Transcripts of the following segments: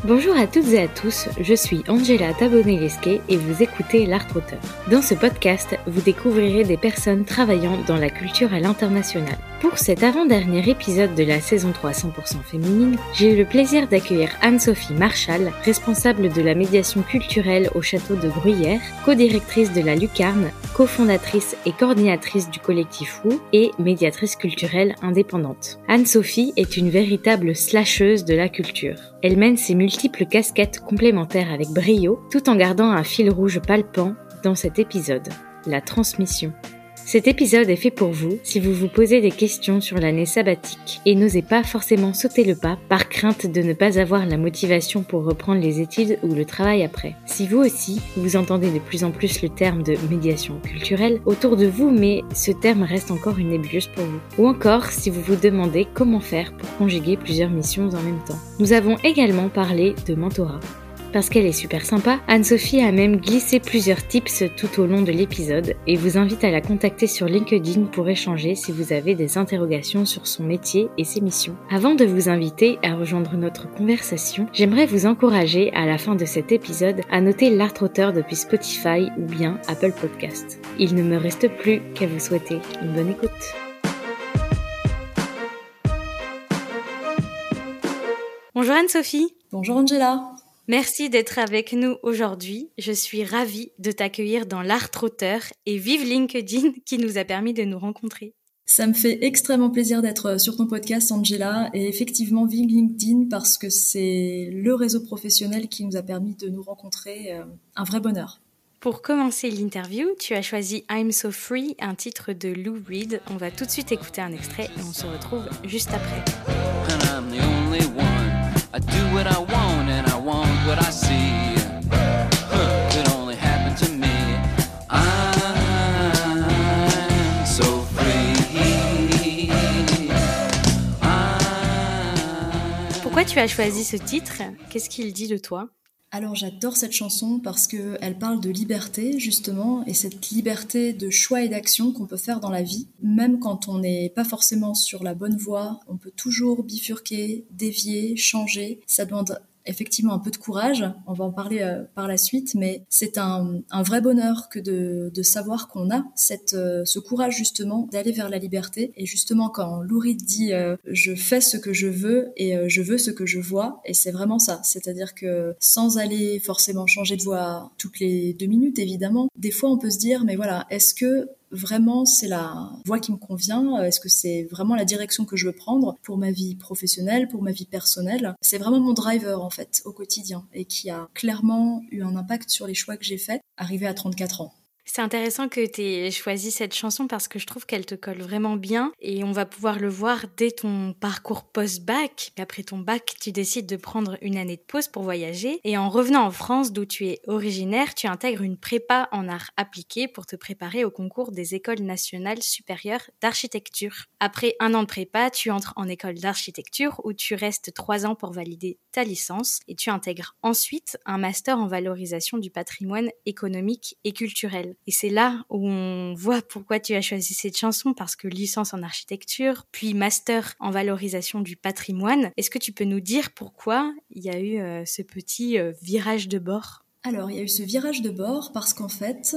Bonjour à toutes et à tous, je suis Angela Tabonelesque et vous écoutez L'Art Auteur. Dans ce podcast, vous découvrirez des personnes travaillant dans la culture à l'international. Pour cet avant-dernier épisode de la saison 3 100% féminine, j'ai eu le plaisir d'accueillir Anne-Sophie Marchal, responsable de la médiation culturelle au château de Gruyère, co-directrice de la Lucarne, cofondatrice et coordinatrice du collectif WOO et médiatrice culturelle indépendante. Anne-Sophie est une véritable slasheuse de la culture. Elle mène ses multiples casquettes complémentaires avec brio, tout en gardant un fil rouge palpant dans cet épisode, la transmission. Cet épisode est fait pour vous si vous vous posez des questions sur l'année sabbatique et n'osez pas forcément sauter le pas par crainte de ne pas avoir la motivation pour reprendre les études ou le travail après. Si vous aussi, vous entendez de plus en plus le terme de médiation culturelle autour de vous, mais ce terme reste encore une nébuleuse pour vous. Ou encore si vous vous demandez comment faire pour conjuguer plusieurs missions en même temps. Nous avons également parlé de mentorat. Parce qu'elle est super sympa, Anne-Sophie a même glissé plusieurs tips tout au long de l'épisode et vous invite à la contacter sur LinkedIn pour échanger si vous avez des interrogations sur son métier et ses missions. Avant de vous inviter à rejoindre notre conversation, j'aimerais vous encourager à la fin de cet épisode à noter L'Art Auteur depuis Spotify ou bien Apple Podcast. Il ne me reste plus qu'à vous souhaiter une bonne écoute. Bonjour Anne-Sophie. Bonjour Angela. Merci d'être avec nous aujourd'hui. Je suis ravie de t'accueillir dans L'Art Auteur et vive LinkedIn qui nous a permis de nous rencontrer. Ça me fait extrêmement plaisir d'être sur ton podcast Angela et effectivement vive LinkedIn parce que c'est le réseau professionnel qui nous a permis de nous rencontrer, un vrai bonheur. Pour commencer l'interview, tu as choisi I'm So Free, un titre de Lou Reed. On va tout de suite écouter un extrait et on se retrouve juste après. I do what I want and I want what I see. Could only happen to me. I'm so free. Pourquoi tu as choisi ce titre ? Qu'est-ce qu'il dit de toi ? Alors j'adore cette chanson parce qu'elle parle de liberté justement et cette liberté de choix et d'action qu'on peut faire dans la vie. Même quand on n'est pas forcément sur la bonne voie, on peut toujours bifurquer, dévier, changer. Ça demande effectivement un peu de courage, on va en parler par la suite, mais c'est un vrai bonheur que de savoir qu'on a ce courage justement d'aller vers la liberté. Et justement quand Lou Reed dit je fais ce que je veux et je veux ce que je vois, et c'est vraiment ça, c'est-à-dire que sans aller forcément changer de voie toutes les 2 minutes évidemment, des fois on peut se dire mais voilà, est-ce que vraiment c'est la voie qui me convient? Est-ce que c'est vraiment la direction que je veux prendre pour ma vie professionnelle, pour ma vie personnelle? C'est vraiment mon driver en fait au quotidien et qui a clairement eu un impact sur les choix que j'ai faits arrivé à 34 ans. C'est intéressant que tu aies choisi cette chanson parce que je trouve qu'elle te colle vraiment bien et on va pouvoir le voir dès ton parcours post-bac. Après ton bac, tu décides de prendre une année de pause pour voyager et en revenant en France d'où tu es originaire, tu intègres une prépa en arts appliqués pour te préparer au concours des écoles nationales supérieures d'architecture. Après 1 an de prépa, tu entres en école d'architecture où tu restes 3 ans pour valider ta licence et tu intègres ensuite un master en valorisation du patrimoine économique et culturel. Et c'est là où on voit pourquoi tu as choisi cette chanson, parce que licence en architecture, puis master en valorisation du patrimoine. Est-ce que tu peux nous dire pourquoi il y a eu ce petit virage de bord ? Alors, il y a eu ce virage de bord parce qu'en fait,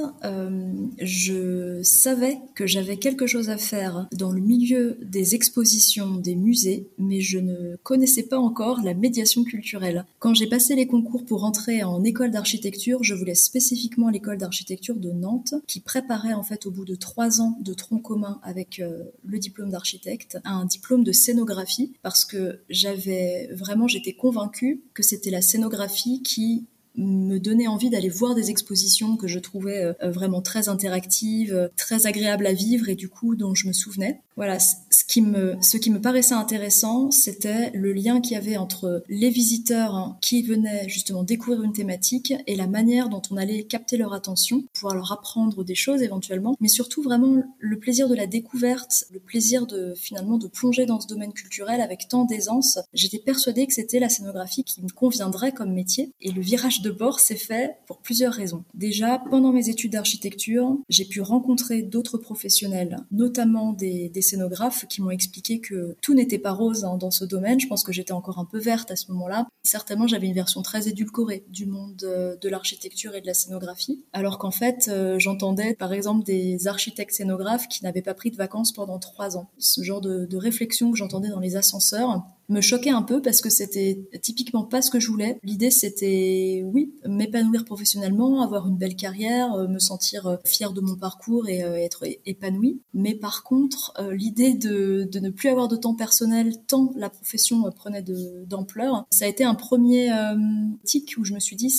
je savais que j'avais quelque chose à faire dans le milieu des expositions, des musées, mais je ne connaissais pas encore la médiation culturelle. Quand j'ai passé les concours pour entrer en école d'architecture, je voulais spécifiquement l'école d'architecture de Nantes, qui préparait en fait au bout de 3 ans de tronc commun avec le diplôme d'architecte, un diplôme de scénographie, parce que j'étais convaincue que c'était la scénographie qui me donnait envie d'aller voir des expositions que je trouvais vraiment très interactives, très agréables à vivre et du coup dont je me souvenais. Voilà, ce qui me paraissait intéressant, c'était le lien qu'il y avait entre les visiteurs qui venaient justement découvrir une thématique et la manière dont on allait capter leur attention, pouvoir leur apprendre des choses éventuellement, mais surtout vraiment le plaisir de la découverte, le plaisir de finalement de plonger dans ce domaine culturel avec tant d'aisance. J'étais persuadée que c'était la scénographie qui me conviendrait comme métier et le virage de de bord s'est fait pour plusieurs raisons. Déjà, pendant mes études d'architecture, j'ai pu rencontrer d'autres professionnels, notamment des scénographes qui m'ont expliqué que tout n'était pas rose dans ce domaine. Je pense que j'étais encore un peu verte à ce moment-là. Certainement, j'avais une version très édulcorée du monde de l'architecture et de la scénographie, alors qu'en fait, j'entendais par exemple des architectes scénographes qui n'avaient pas pris de vacances pendant 3 ans. Ce genre de réflexion que j'entendais dans les ascenseurs me choquait un peu parce que c'était typiquement pas ce que je voulais. L'idée, c'était, oui, m'épanouir professionnellement, avoir une belle carrière, me sentir fière de mon parcours et être épanouie. Mais par contre, l'idée de ne plus avoir de temps personnel tant la profession prenait d'ampleur, ça a été un premier tic où je me suis dit,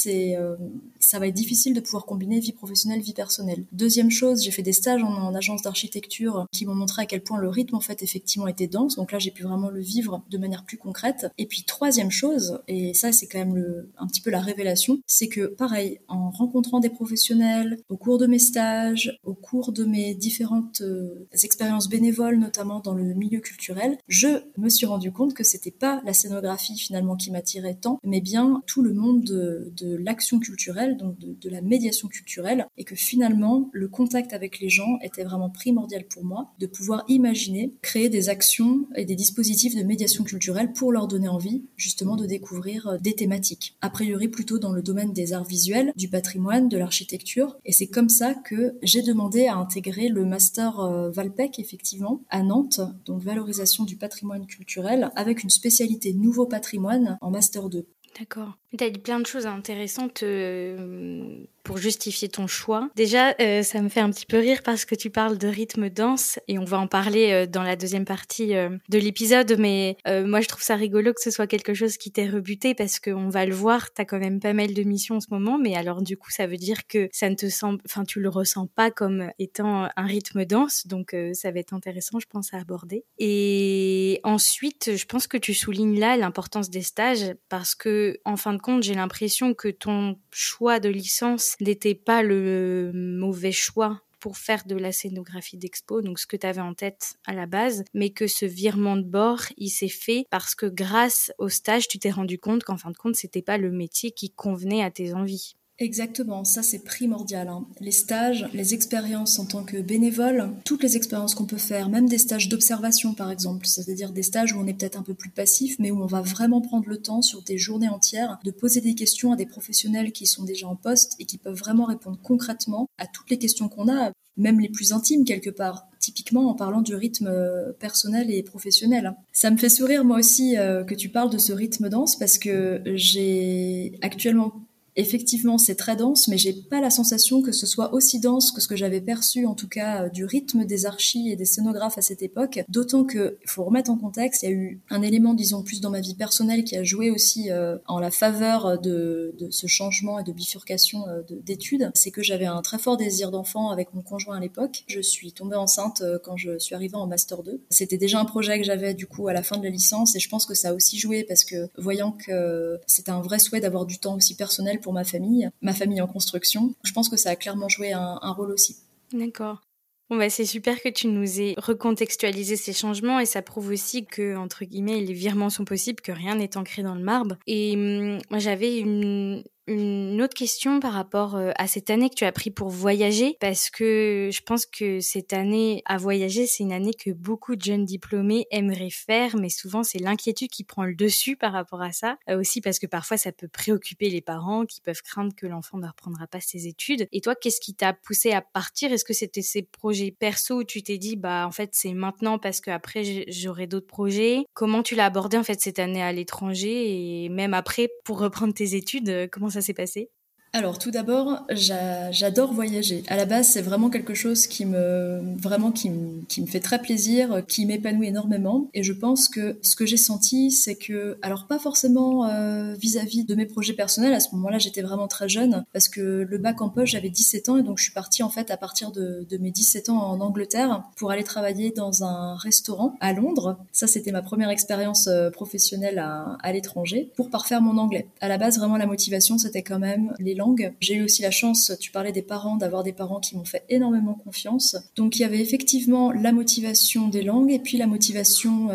ça va être difficile de pouvoir combiner vie professionnelle, vie personnelle. Deuxième chose, j'ai fait des stages en agence d'architecture qui m'ont montré à quel point le rythme en fait effectivement était dense. Donc là, j'ai pu vraiment le vivre de manière plus concrète. Et puis troisième chose, et ça c'est quand même un petit peu la révélation, c'est que pareil, en rencontrant des professionnels, au cours de mes stages, au cours de mes différentes expériences bénévoles, notamment dans le milieu culturel, je me suis rendu compte que c'était pas la scénographie finalement qui m'attirait tant, mais bien tout le monde de l'action culturelle, donc de la médiation culturelle, et que finalement le contact avec les gens était vraiment primordial pour moi, de pouvoir imaginer, créer des actions et des dispositifs de médiation culturelle pour leur donner envie justement de découvrir des thématiques, a priori plutôt dans le domaine des arts visuels, du patrimoine, de l'architecture, et c'est comme ça que j'ai demandé à intégrer le master Valpec effectivement à Nantes, donc valorisation du patrimoine culturel avec une spécialité nouveau patrimoine en master 2. D'accord. Tu as dit plein de choses intéressantes pour justifier ton choix. Déjà, ça me fait un petit peu rire parce que tu parles de rythme dense et on va en parler dans la deuxième partie de l'épisode, mais moi je trouve ça rigolo que ce soit quelque chose qui t'ait rebuté parce qu'on va le voir, tu as quand même pas mal de missions en ce moment, mais alors du coup ça veut dire que ça ne te semble, enfin tu le ressens pas comme étant un rythme dense, donc ça va être intéressant je pense à aborder. Et ensuite, je pense que tu soulignes là l'importance des stages parce que en fin de compte, j'ai l'impression que ton choix de licence n'était pas le mauvais choix pour faire de la scénographie d'expo, donc ce que tu avais en tête à la base, mais que ce virement de bord, il s'est fait parce que grâce au stage, tu t'es rendu compte qu'en fin de compte, c'était pas le métier qui convenait à tes envies. Exactement, ça c'est primordial. Les stages, les expériences en tant que bénévole, toutes les expériences qu'on peut faire, même des stages d'observation par exemple, c'est-à-dire des stages où on est peut-être un peu plus passif, mais où on va vraiment prendre le temps sur des journées entières de poser des questions à des professionnels qui sont déjà en poste et qui peuvent vraiment répondre concrètement à toutes les questions qu'on a, même les plus intimes quelque part. Typiquement en parlant du rythme personnel et professionnel. Ça me fait sourire moi aussi que tu parles de ce rythme dense parce que j'ai actuellement effectivement, c'est très dense, mais j'ai pas la sensation que ce soit aussi dense que ce que j'avais perçu, en tout cas, du rythme des archis et des scénographes à cette époque. D'autant que, il faut remettre en contexte, il y a eu un élément, disons, plus dans ma vie personnelle qui a joué aussi en la faveur de ce changement et de bifurcation d'études. C'est que j'avais un très fort désir d'enfant avec mon conjoint à l'époque. Je suis tombée enceinte quand je suis arrivée en Master 2. C'était déjà un projet que j'avais, du coup, à la fin de la licence, et je pense que ça a aussi joué parce que, voyant que c'était un vrai souhait d'avoir du temps aussi personnel pour ma famille en construction. Je pense que ça a clairement joué un rôle aussi. D'accord. Bon bah c'est super que tu nous aies recontextualisé ces changements et ça prouve aussi que, entre guillemets, les virements sont possibles, que rien n'est ancré dans le marbre. Et moi j'avais une autre question par rapport à cette année que tu as pris pour voyager, parce que je pense que cette année à voyager, c'est une année que beaucoup de jeunes diplômés aimeraient faire, mais souvent c'est l'inquiétude qui prend le dessus par rapport à ça. Aussi parce que parfois ça peut préoccuper les parents qui peuvent craindre que l'enfant ne reprendra pas ses études. Et toi, qu'est-ce qui t'a poussé à partir ? Est-ce que c'était ces projets perso où tu t'es dit bah en fait c'est maintenant parce qu'après j'aurai d'autres projets ? Comment tu l'as abordé en fait cette année à l'étranger et même après pour reprendre tes études, comment ça s'est passé ? Alors tout d'abord, j'adore voyager. À la base, c'est vraiment quelque chose qui me fait très plaisir, qui m'épanouit énormément. Et je pense que ce que j'ai senti, c'est que, alors pas forcément vis-à-vis de mes projets personnels, à ce moment-là, j'étais vraiment très jeune, parce que le bac en poche, j'avais 17 ans, et donc je suis partie en fait à partir de mes 17 ans en Angleterre pour aller travailler dans un restaurant à Londres. Ça, c'était ma première expérience professionnelle à l'étranger, pour parfaire mon anglais. À la base, vraiment, la motivation, c'était quand même les langues. J'ai eu aussi la chance, tu parlais des parents, d'avoir des parents qui m'ont fait énormément confiance. Donc il y avait effectivement la motivation des langues et puis la motivation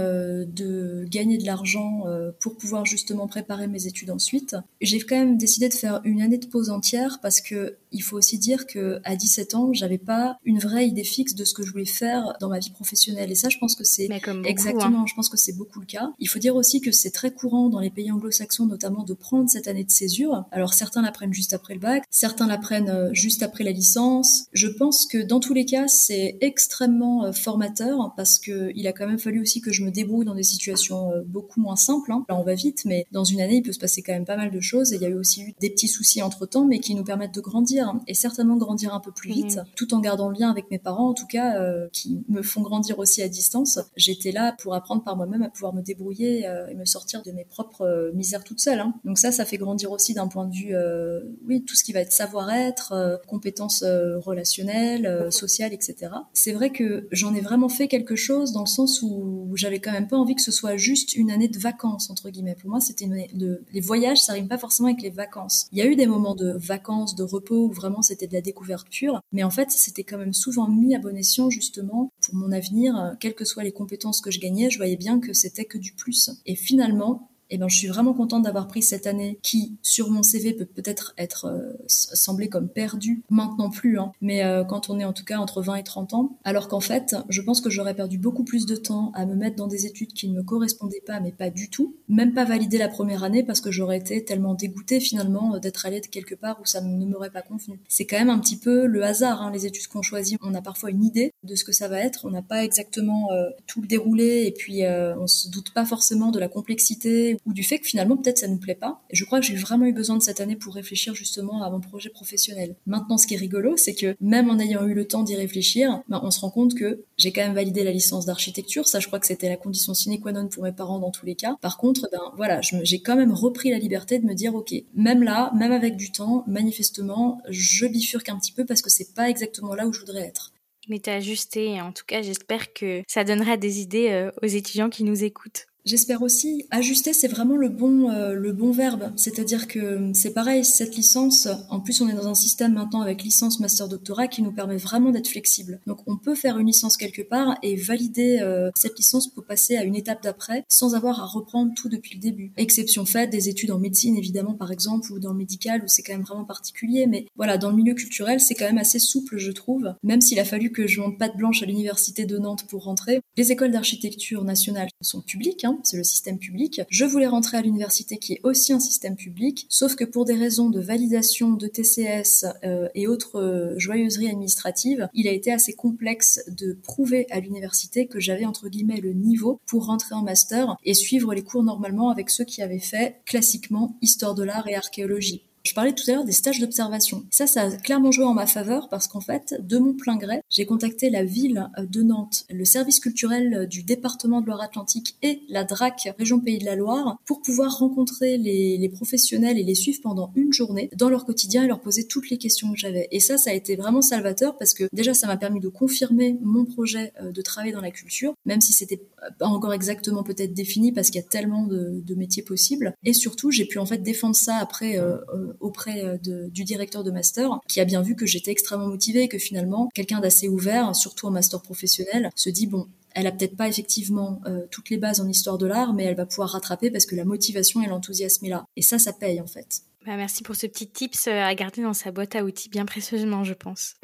de gagner de l'argent pour pouvoir justement préparer mes études ensuite. J'ai quand même décidé de faire une année de pause entière parce que il faut aussi dire qu'à 17 ans, j'avais pas une vraie idée fixe de ce que je voulais faire dans ma vie professionnelle. Et ça, je pense que c'est exactement, je pense que c'est beaucoup le cas. Il faut dire aussi que c'est très courant dans les pays anglo-saxons, notamment, de prendre cette année de césure. Alors certains la prennent juste après le bac, certains la prennent juste après la licence. Je pense que dans tous les cas, c'est extrêmement formateur parce que il a quand même fallu aussi que je me débrouille dans des situations beaucoup moins simples. Là, on va vite, mais dans une année, il peut se passer quand même pas mal de choses. Et il y a eu aussi eu des petits soucis entre-temps, mais qui nous permettent de grandir et certainement grandir un peu plus vite, tout en gardant le lien avec mes parents, en tout cas, qui me font grandir aussi à distance. J'étais là pour apprendre par moi-même à pouvoir me débrouiller et me sortir de mes propres misères toute seule. Donc ça fait grandir aussi d'un point de vue, tout ce qui va être savoir-être, compétences relationnelles, sociales, etc. C'est vrai que j'en ai vraiment fait quelque chose dans le sens où j'avais quand même pas envie que ce soit juste une année de vacances, entre guillemets. Pour moi, c'était une année les voyages, ça rime pas forcément avec les vacances. Il y a eu des moments de vacances, de repos, où vraiment c'était de la découverte pure, mais en fait, c'était quand même souvent mis à bon escient, justement, pour mon avenir, quelles que soient les compétences que je gagnais, je voyais bien que c'était que du plus. Et finalement, je suis vraiment contente d'avoir pris cette année qui, sur mon CV, peut peut-être être semblée comme perdue, maintenant plus, mais quand on est en tout cas entre 20 et 30 ans, alors qu'en fait, je pense que j'aurais perdu beaucoup plus de temps à me mettre dans des études qui ne me correspondaient pas, mais pas du tout, même pas valider la première année parce que j'aurais été tellement dégoûtée finalement d'être allée de quelque part où ça ne m'aurait pas convenu. C'est quand même un petit peu le hasard, les études qu'on choisit. On a parfois une idée de ce que ça va être, on n'a pas exactement tout le déroulé et puis on se doute pas forcément de la complexité ou du fait que finalement peut-être ça nous plaît pas. Et je crois que j'ai vraiment eu besoin de cette année pour réfléchir justement à mon projet professionnel. Maintenant, ce qui est rigolo, c'est que même en ayant eu le temps d'y réfléchir, on se rend compte que j'ai quand même validé la licence d'architecture. Ça, je crois que c'était la condition sine qua non pour mes parents dans tous les cas. Par contre, j'ai quand même repris la liberté de me dire, ok, même là, même avec du temps, manifestement, je bifurque un petit peu parce que c'est pas exactement là où je voudrais être. Mais t'as ajusté, en tout cas, j'espère que ça donnera des idées aux étudiants qui nous écoutent. J'espère aussi. Ajuster, c'est vraiment le bon verbe. C'est-à-dire que c'est pareil, cette licence, en plus on est dans un système maintenant avec licence, master, doctorat qui nous permet vraiment d'être flexible. Donc on peut faire une licence quelque part et valider cette licence pour passer à une étape d'après sans avoir à reprendre tout depuis le début. Exception faite des études en médecine évidemment par exemple ou dans le médical où c'est quand même vraiment particulier. Mais voilà, dans le milieu culturel c'est quand même assez souple je trouve. Même s'il a fallu que je monte patte blanche à l'université de Nantes pour rentrer. Les écoles d'architecture nationales sont publiques, c'est le système public. Je voulais rentrer à l'université qui est aussi un système public, sauf que pour des raisons de validation de TCS et autres joyeuseries administratives, il a été assez complexe de prouver à l'université que j'avais entre guillemets le niveau pour rentrer en master et suivre les cours normalement avec ceux qui avaient fait classiquement histoire de l'art et archéologie. Je parlais tout à l'heure des stages d'observation. Ça a clairement joué en ma faveur parce qu'en fait, de mon plein gré, j'ai contacté la ville de Nantes, le service culturel du département de Loire-Atlantique et la DRAC, région Pays de la Loire, pour pouvoir rencontrer les professionnels et les suivre pendant une journée dans leur quotidien et leur poser toutes les questions que j'avais. Et ça a été vraiment salvateur parce que déjà, ça m'a permis de confirmer mon projet de travailler dans la culture, même si c'était pas encore exactement peut-être défini parce qu'il y a tellement de métiers possibles. Et surtout, j'ai pu en fait défendre ça après auprès du directeur de master qui a bien vu que j'étais extrêmement motivée et que finalement quelqu'un d'assez ouvert, surtout en master professionnel, se dit bon, elle a peut-être pas effectivement toutes les bases en histoire de l'art, mais elle va pouvoir rattraper parce que la motivation et l'enthousiasme est là. Et ça paye en fait. Merci pour ce petit tips à garder dans sa boîte à outils bien précieusement, je pense.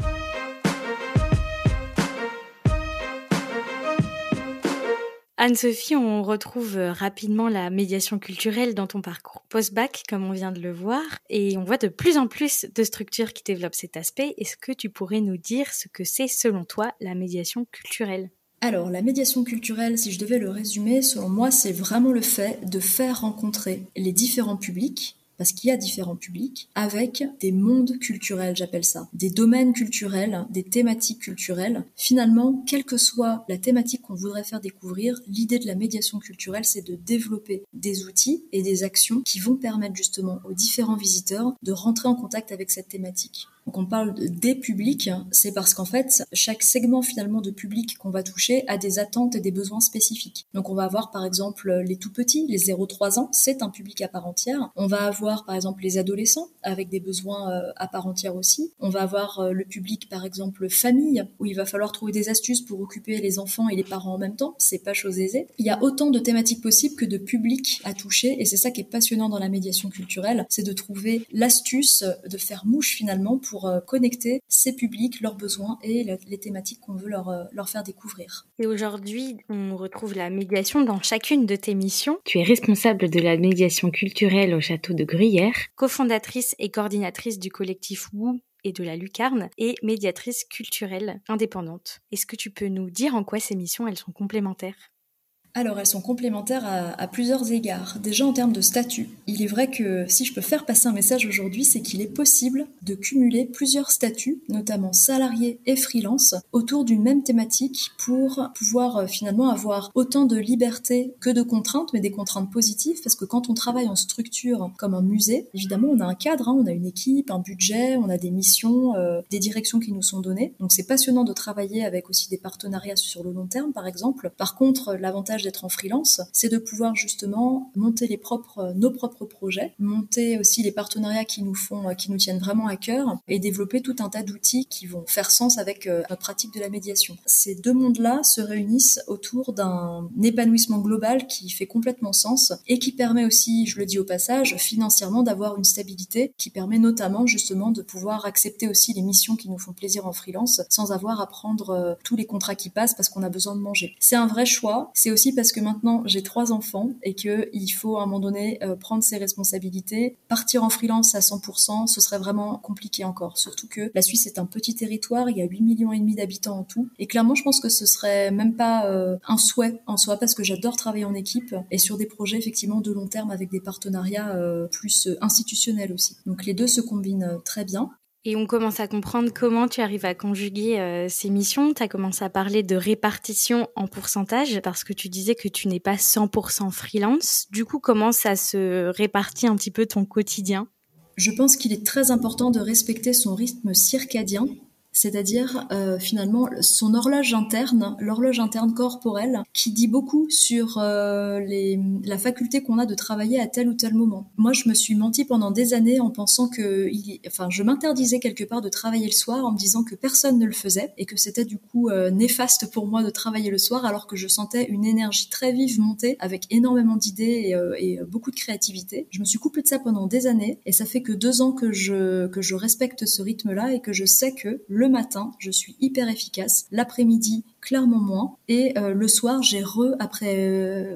Anne-Sophie, on retrouve rapidement la médiation culturelle dans ton parcours post-bac, comme on vient de le voir, et on voit de plus en plus de structures qui développent cet aspect. Est-ce que tu pourrais nous dire ce que c'est, selon toi, la médiation culturelle ? Alors, la médiation culturelle, si je devais le résumer, selon moi, c'est vraiment le fait de faire rencontrer les différents publics, parce qu'il y a différents publics, avec des mondes culturels, j'appelle ça, des domaines culturels, des thématiques culturelles. Finalement, quelle que soit la thématique qu'on voudrait faire découvrir, l'idée de la médiation culturelle, c'est de développer des outils et des actions qui vont permettre justement aux différents visiteurs de rentrer en contact avec cette thématique. Donc on parle des publics, c'est parce qu'en fait, chaque segment finalement de public qu'on va toucher a des attentes et des besoins spécifiques. Donc on va avoir par exemple les tout petits, les 0-3 ans, c'est un public à part entière. On va avoir par exemple les adolescents avec des besoins à part entière aussi. On va avoir le public par exemple famille, où il va falloir trouver des astuces pour occuper les enfants et les parents en même temps. C'est pas chose aisée. Il y a autant de thématiques possibles que de publics à toucher, et c'est ça qui est passionnant dans la médiation culturelle, c'est de trouver l'astuce de faire mouche finalement pour connecter ces publics, leurs besoins et les thématiques qu'on veut leur faire découvrir. Et aujourd'hui, on retrouve la médiation dans chacune de tes missions. Tu es responsable de la médiation culturelle au château de Gruyère, cofondatrice et coordinatrice du collectif WOO et de la Lucarne, et médiatrice culturelle indépendante. Est-ce que tu peux nous dire en quoi ces missions elles sont complémentaires ? Alors, elles sont complémentaires à plusieurs égards. Déjà, en termes de statut, il est vrai que si je peux faire passer un message aujourd'hui, c'est qu'il est possible de cumuler plusieurs statuts, notamment salariés et freelance, autour d'une même thématique pour pouvoir finalement avoir autant de liberté que de contraintes, mais des contraintes positives, parce que quand on travaille en structure comme un musée, évidemment, on a un cadre, on a une équipe, un budget, on a des missions, des directions qui nous sont données. Donc, c'est passionnant de travailler avec aussi des partenariats sur le long terme, par exemple. Par contre, l'avantage d'être en freelance, c'est de pouvoir justement monter nos propres projets, monter aussi les partenariats qui nous tiennent vraiment à cœur et développer tout un tas d'outils qui vont faire sens avec notre pratique de la médiation. Ces deux mondes-là se réunissent autour d'un épanouissement global qui fait complètement sens et qui permet aussi, je le dis au passage, financièrement d'avoir une stabilité qui permet notamment justement de pouvoir accepter aussi les missions qui nous font plaisir en freelance sans avoir à prendre tous les contrats qui passent parce qu'on a besoin de manger. C'est un vrai choix, c'est aussi parce que maintenant j'ai 3 enfants et qu'il faut à un moment donné prendre ses responsabilités. Partir en freelance à 100%, ce serait vraiment compliqué encore. Surtout que la Suisse est un petit territoire, il y a 8,5 millions d'habitants en tout. Et clairement, je pense que ce serait même pas un souhait en soi parce que j'adore travailler en équipe et sur des projets effectivement de long terme avec des partenariats plus institutionnels aussi. Donc les deux se combinent très bien. Et on commence à comprendre comment tu arrives à conjuguer ces missions. Tu as commencé à parler de répartition en pourcentage parce que tu disais que tu n'es pas 100% freelance. Du coup, comment ça se répartit un petit peu ton quotidien ? Je pense qu'il est très important de respecter son rythme circadien, c'est-à-dire finalement son l'horloge interne corporelle, qui dit beaucoup sur la faculté qu'on a de travailler à tel ou tel moment. Moi, je me suis menti pendant des années en pensant je m'interdisais quelque part de travailler le soir en me disant que personne ne le faisait et que c'était du coup néfaste pour moi de travailler le soir alors que je sentais une énergie très vive monter avec énormément d'idées et beaucoup de créativité. Je me suis coupée de ça pendant des années et ça fait que 2 ans que je respecte ce rythme-là et que je sais que le matin, je suis hyper efficace. L'après-midi, clairement moins. Et le soir, après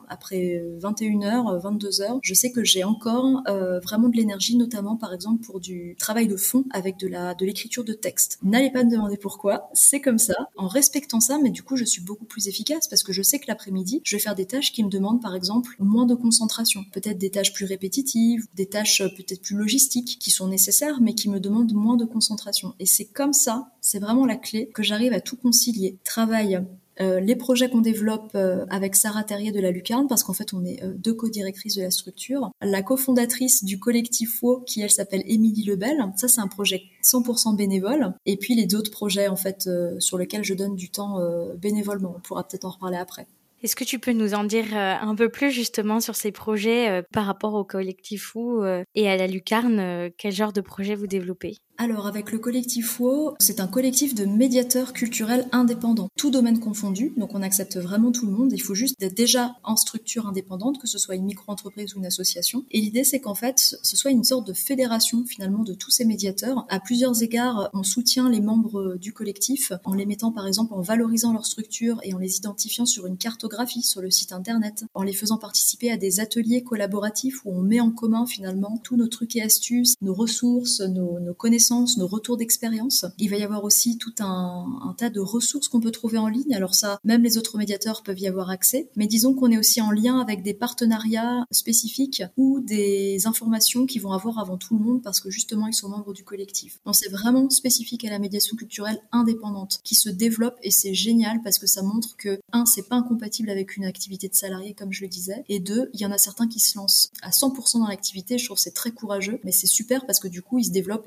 21h, 22h, je sais que j'ai encore vraiment de l'énergie, notamment par exemple pour du travail de fond avec de l'écriture de texte. N'allez pas me demander pourquoi, c'est comme ça, en respectant ça, mais du coup je suis beaucoup plus efficace parce que je sais que l'après-midi, je vais faire des tâches qui me demandent par exemple moins de concentration, peut-être des tâches plus répétitives, des tâches peut-être plus logistiques qui sont nécessaires mais qui me demandent moins de concentration. Et c'est comme ça, c'est vraiment la clé que j'arrive à tout concilier. Travail, les projets qu'on développe avec Sarah Terrier de la Lucarne, parce qu'en fait on est 2 co-directrices de la structure, la cofondatrice du collectif WOO qui elle s'appelle Émilie Lebel, ça c'est un projet 100% bénévole, et puis les autres projets en fait sur lesquels je donne du temps bénévolement, on pourra peut-être en reparler après. Est-ce que tu peux nous en dire un peu plus justement sur ces projets par rapport au collectif WOO et à la Lucarne, quel genre de projet vous développez ? Alors avec le collectif WOO, c'est un collectif de médiateurs culturels indépendants, tout domaine confondu, donc on accepte vraiment tout le monde, il faut juste être déjà en structure indépendante, que ce soit une micro-entreprise ou une association, et l'idée c'est qu'en fait ce soit une sorte de fédération finalement de tous ces médiateurs. À plusieurs égards, on soutient les membres du collectif en les mettant par exemple en valorisant leur structure et en les identifiant sur une cartographie sur le site internet, en les faisant participer à des ateliers collaboratifs où on met en commun finalement tous nos trucs et astuces, nos ressources, nos connaissances, nos retours d'expérience. Il va y avoir aussi tout un tas de ressources qu'on peut trouver en ligne. Alors ça, même les autres médiateurs peuvent y avoir accès. Mais disons qu'on est aussi en lien avec des partenariats spécifiques ou des informations qui vont avoir avant tout le monde parce que justement, ils sont membres du collectif. Donc c'est vraiment spécifique à la médiation culturelle indépendante qui se développe et c'est génial parce que ça montre que 1, c'est pas incompatible avec une activité de salarié comme je le disais et 2, il y en a certains qui se lancent à 100% dans l'activité. Je trouve que c'est très courageux mais c'est super parce que du coup, ils se développent évidemment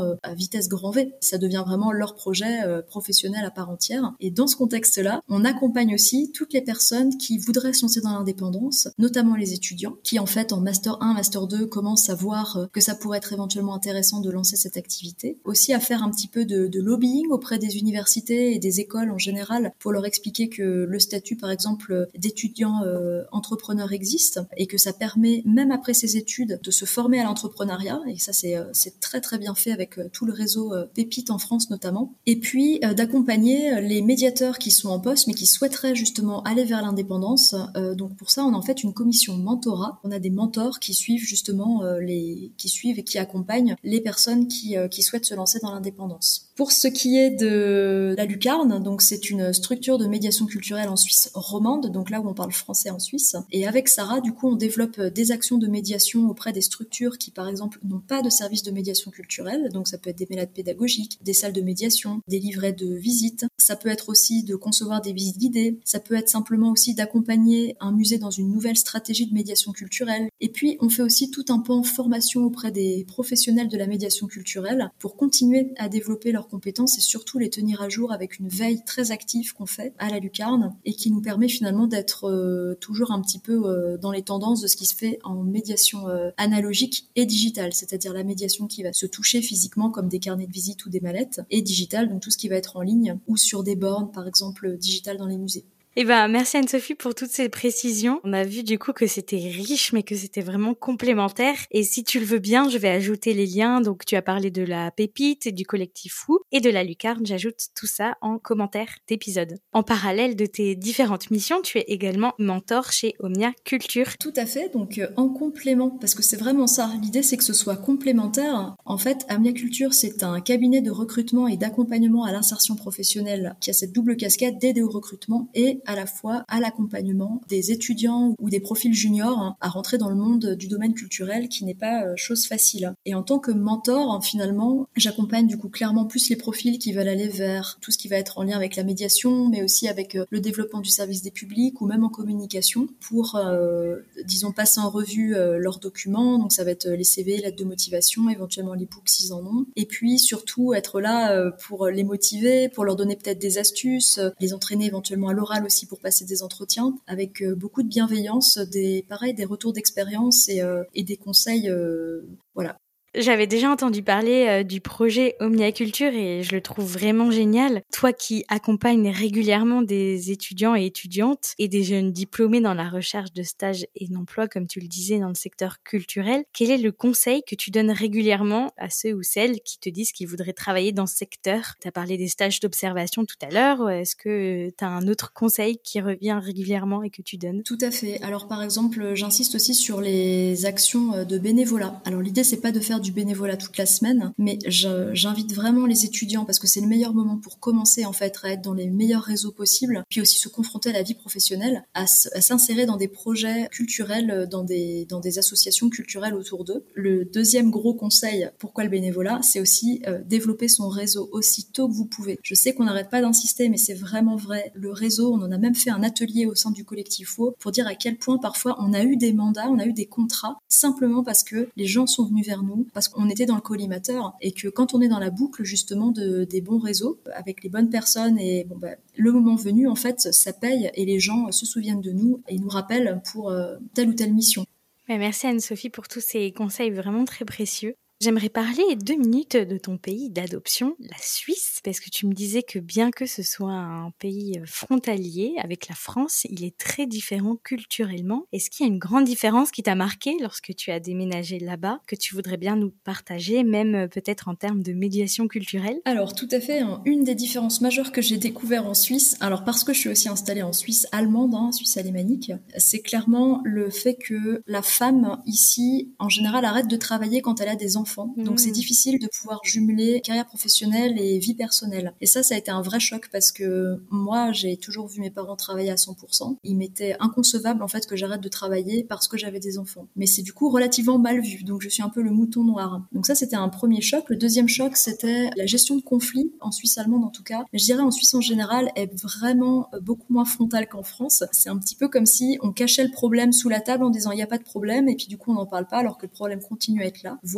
vraiment à vitesse grand V. Ça devient vraiment leur projet professionnel à part entière. Et dans ce contexte-là, on accompagne aussi toutes les personnes qui voudraient se lancer dans l'indépendance, notamment les étudiants, qui en fait en Master 1, Master 2 commencent à voir que ça pourrait être éventuellement intéressant de lancer cette activité. Aussi à faire un petit peu de lobbying auprès des universités et des écoles en général pour leur expliquer que le statut par exemple d'étudiant entrepreneur existe et que ça permet même après ses études de se former à l'entrepreneuriat, et ça c'est très très bien fait avec tout le réseau Pépite en France notamment. Et puis d'accompagner les médiateurs qui sont en poste mais qui souhaiteraient justement aller vers l'indépendance. Donc pour ça on a en fait une commission mentorat. On a des mentors qui suivent justement qui suivent et qui accompagnent les personnes qui souhaitent se lancer dans l'indépendance. Pour ce qui est de la Lucarne, donc c'est une structure de médiation culturelle en Suisse romande, donc là où on parle français en Suisse. Et avec Sarah, du coup, on développe des actions de médiation auprès des structures qui, par exemple, n'ont pas de service de médiation culturelle. Donc ça peut être des malades pédagogiques, des salles de médiation, des livrets de visite. Ça peut être aussi de concevoir des visites guidées. Ça peut être simplement aussi d'accompagner un musée dans une nouvelle stratégie de médiation culturelle. Et puis, on fait aussi tout un pan formation auprès des professionnels de la médiation culturelle pour continuer à développer leurs compétences et surtout les tenir à jour avec une veille très active qu'on fait à la Lucarne et qui nous permet finalement d'être toujours un petit peu dans les tendances de ce qui se fait en médiation analogique et digitale, c'est-à-dire la médiation qui va se toucher physiquement comme des carnets de visite ou des mallettes, et digitale, donc tout ce qui va être en ligne ou sur des bornes par exemple digitales dans les musées. Eh ben, merci Anne-Sophie pour toutes ces précisions. On a vu du coup que c'était riche, mais que c'était vraiment complémentaire. Et si tu le veux bien, je vais ajouter les liens. Donc, tu as parlé de la Pépite, du collectif Fou et de la Lucarne. J'ajoute tout ça en commentaire d'épisode. En parallèle de tes différentes missions, tu es également mentor chez Omnia Culture. Tout à fait, donc en complément, parce que c'est vraiment ça. L'idée, c'est que ce soit complémentaire. En fait, Omnia Culture, c'est un cabinet de recrutement et d'accompagnement à l'insertion professionnelle qui a cette double casquette d'aider au recrutement et à la fois à l'accompagnement des étudiants ou des profils juniors à rentrer dans le monde du domaine culturel qui n'est pas chose facile. Et en tant que mentor, finalement, j'accompagne du coup clairement plus les profils qui veulent aller vers tout ce qui va être en lien avec la médiation, mais aussi avec le développement du service des publics ou même en communication pour, disons, passer en revue leurs documents. Donc ça va être les CV, lettres de motivation, éventuellement les books s'ils en ont. Et puis surtout être là pour les motiver, pour leur donner peut-être des astuces, les entraîner éventuellement à l'oral aussi pour passer des entretiens avec beaucoup de bienveillance, des retours d'expérience et des conseils, voilà. J'avais déjà entendu parler du projet Omnia Culture et je le trouve vraiment génial. Toi qui accompagnes régulièrement des étudiants et étudiantes et des jeunes diplômés dans la recherche de stages et d'emploi, comme tu le disais, dans le secteur culturel, quel est le conseil que tu donnes régulièrement à ceux ou celles qui te disent qu'ils voudraient travailler dans ce secteur? Tu as parlé des stages d'observation tout à l'heure. Est-ce que tu as un autre conseil qui revient régulièrement et que tu donnes? Tout à fait. Alors par exemple, j'insiste aussi sur les actions de bénévolat. Alors l'idée, c'est pas de faire du bénévolat toute la semaine, mais j'invite vraiment les étudiants parce que c'est le meilleur moment pour commencer en fait à être dans les meilleurs réseaux possibles, puis aussi se confronter à la vie professionnelle, à s'insérer dans des projets culturels, dans des associations culturelles autour d'eux. Le deuxième gros conseil, pourquoi le bénévolat, c'est aussi développer son réseau aussi tôt que vous pouvez. Je sais qu'on n'arrête pas d'insister, mais c'est vraiment vrai. Le réseau, on en a même fait un atelier au sein du collectif Faux pour dire à quel point parfois on a eu des mandats, on a eu des contrats, simplement parce que les gens sont venus vers nous, parce qu'on était dans le collimateur et que quand on est dans la boucle justement des bons réseaux avec les bonnes personnes et le moment venu en fait ça paye et les gens se souviennent de nous et nous rappellent pour telle ou telle mission. Merci Anne-Sophie pour tous ces conseils vraiment très précieux. J'aimerais parler 2 minutes de ton pays d'adoption, la Suisse, parce que tu me disais que bien que ce soit un pays frontalier avec la France, il est très différent culturellement. Est-ce qu'il y a une grande différence qui t'a marqué lorsque tu as déménagé là-bas, que tu voudrais bien nous partager, même peut-être en termes de médiation culturelle? Alors tout à fait, une des différences majeures que j'ai découvert en Suisse, alors parce que je suis aussi installée en Suisse allemande, Suisse alémanique, c'est clairement le fait que la femme ici, en général, arrête de travailler quand elle a des enfants. Donc c'est difficile de pouvoir jumeler carrière professionnelle et vie personnelle. Et ça a été un vrai choc parce que moi, j'ai toujours vu mes parents travailler à 100%. Il m'était inconcevable en fait que j'arrête de travailler parce que j'avais des enfants. Mais c'est du coup relativement mal vu. Donc je suis un peu le mouton noir. Donc ça, c'était un premier choc. Le deuxième choc, c'était la gestion de conflits, en Suisse allemande en tout cas. Mais je dirais en Suisse en général, est vraiment beaucoup moins frontale qu'en France. C'est un petit peu comme si on cachait le problème sous la table en disant il n'y a pas de problème et puis du coup on n'en parle pas alors que le problème continue à être là, voire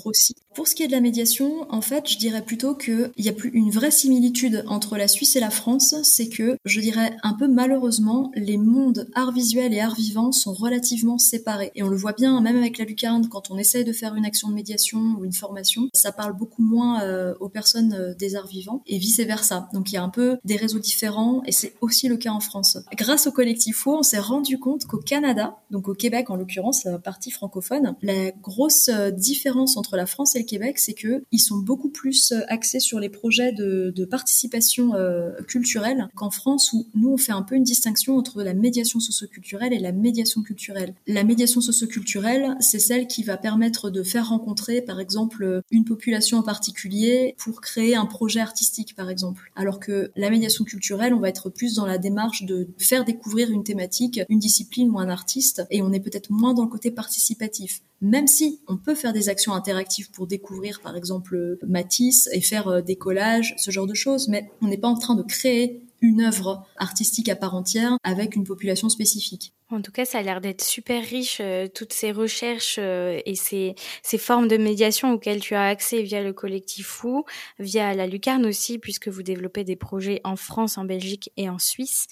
grossit. Pour ce qui est de la médiation, en fait, je dirais plutôt qu'il y a plus une vraie similitude entre la Suisse et la France, c'est que, je dirais un peu malheureusement, les mondes art visuel et art vivant sont relativement séparés. Et on le voit bien, même avec la lucarne, quand on essaye de faire une action de médiation ou une formation, ça parle beaucoup moins aux personnes des arts vivants et vice-versa. Donc il y a un peu des réseaux différents et c'est aussi le cas en France. Grâce au collectif FO, on s'est rendu compte qu'au Canada, donc au Québec en l'occurrence, la partie francophone, la grosse différence entre la France et le Québec, c'est que ils sont beaucoup plus axés sur les projets de participation culturelle qu'en France, où nous on fait un peu une distinction entre la médiation socio-culturelle et la médiation culturelle. La médiation socio-culturelle, c'est celle qui va permettre de faire rencontrer par exemple une population en particulier pour créer un projet artistique par exemple. Alors que la médiation culturelle, on va être plus dans la démarche de faire découvrir une thématique, une discipline ou un artiste, et on est peut-être moins dans le côté participatif. Même si on peut faire des actions interactives pour découvrir par exemple Matisse et faire des collages, ce genre de choses, mais on n'est pas en train de créer une œuvre artistique à part entière avec une population spécifique. En tout cas, ça a l'air d'être super riche, toutes ces recherches et ces formes de médiation auxquelles tu as accès via le collectif FO, via la Lucarne aussi, puisque vous développez des projets en France, en Belgique et en Suisse.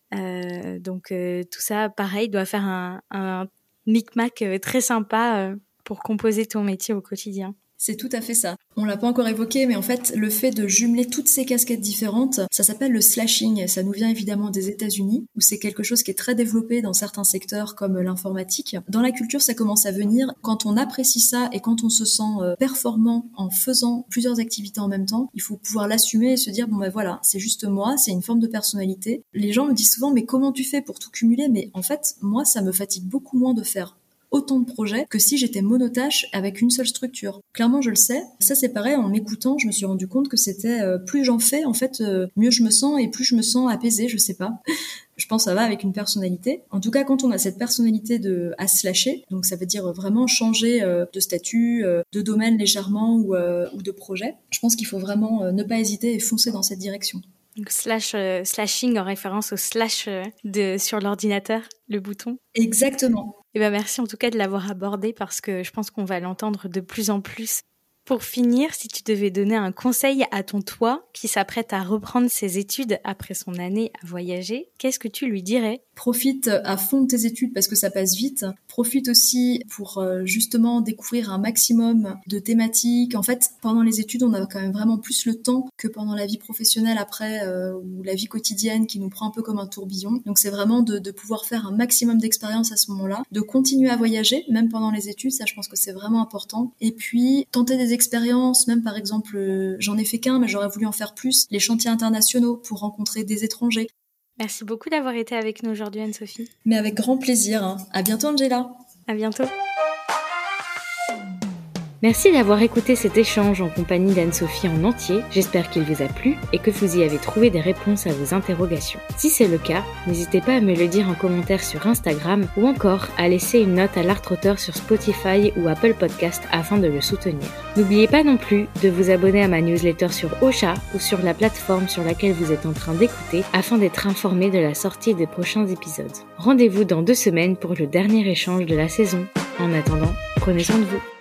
Donc tout ça, pareil, doit faire un micmac très sympa pour composer ton métier au quotidien. C'est tout à fait ça. On l'a pas encore évoqué, mais en fait, le fait de jumeler toutes ces casquettes différentes, ça s'appelle le slashing. Ça nous vient évidemment des États-Unis, où c'est quelque chose qui est très développé dans certains secteurs comme l'informatique. Dans la culture, ça commence à venir quand on apprécie ça et quand on se sent performant en faisant plusieurs activités en même temps. Il faut pouvoir l'assumer et se dire, bon ben voilà, c'est juste moi, c'est une forme de personnalité. Les gens me disent souvent, mais comment tu fais pour tout cumuler? Mais en fait, moi, ça me fatigue beaucoup moins de faire autant de projets que si j'étais monotâche avec une seule structure. Clairement, je le sais. Ça, c'est pareil, en m'écoutant, je me suis rendu compte que c'était plus j'en fais, en fait, mieux je me sens et plus je me sens apaisée, je sais pas. Je pense que ça va avec une personnalité. En tout cas, quand on a cette personnalité à slasher, donc ça veut dire vraiment changer de statut, de domaine légèrement ou de projet, je pense qu'il faut vraiment ne pas hésiter et foncer dans cette direction. Donc slashing en référence au slash sur l'ordinateur, le bouton. Exactement. Et ben merci en tout cas de l'avoir abordé parce que je pense qu'on va l'entendre de plus en plus. Pour finir, si tu devais donner un conseil à ton toi qui s'apprête à reprendre ses études après son année à voyager, qu'est-ce que tu lui dirais ? Profite à fond de tes études parce que ça passe vite. Profite aussi pour justement découvrir un maximum de thématiques. En fait, pendant les études, on a quand même vraiment plus le temps que pendant la vie professionnelle après ou la vie quotidienne qui nous prend un peu comme un tourbillon. Donc c'est vraiment de pouvoir faire un maximum d'expériences à ce moment-là, de continuer à voyager, même pendant les études, ça je pense que c'est vraiment important. Et puis tenter des expériences, même par exemple, j'en ai fait qu'un, mais j'aurais voulu en faire plus, les chantiers internationaux pour rencontrer des étrangers. Merci beaucoup d'avoir été avec nous aujourd'hui, Anne-Sophie. Mais avec grand plaisir. Hein. À bientôt, Angela. À bientôt. Merci d'avoir écouté cet échange en compagnie d'Anne-Sophie en entier. J'espère qu'il vous a plu et que vous y avez trouvé des réponses à vos interrogations. Si c'est le cas, n'hésitez pas à me le dire en commentaire sur Instagram ou encore à laisser une note à l'Art-Auteur sur Spotify ou Apple Podcast afin de le soutenir. N'oubliez pas non plus de vous abonner à ma newsletter sur Ocha ou sur la plateforme sur laquelle vous êtes en train d'écouter afin d'être informé de la sortie des prochains épisodes. Rendez-vous dans 2 semaines pour le dernier échange de la saison. En attendant, prenez soin de vous.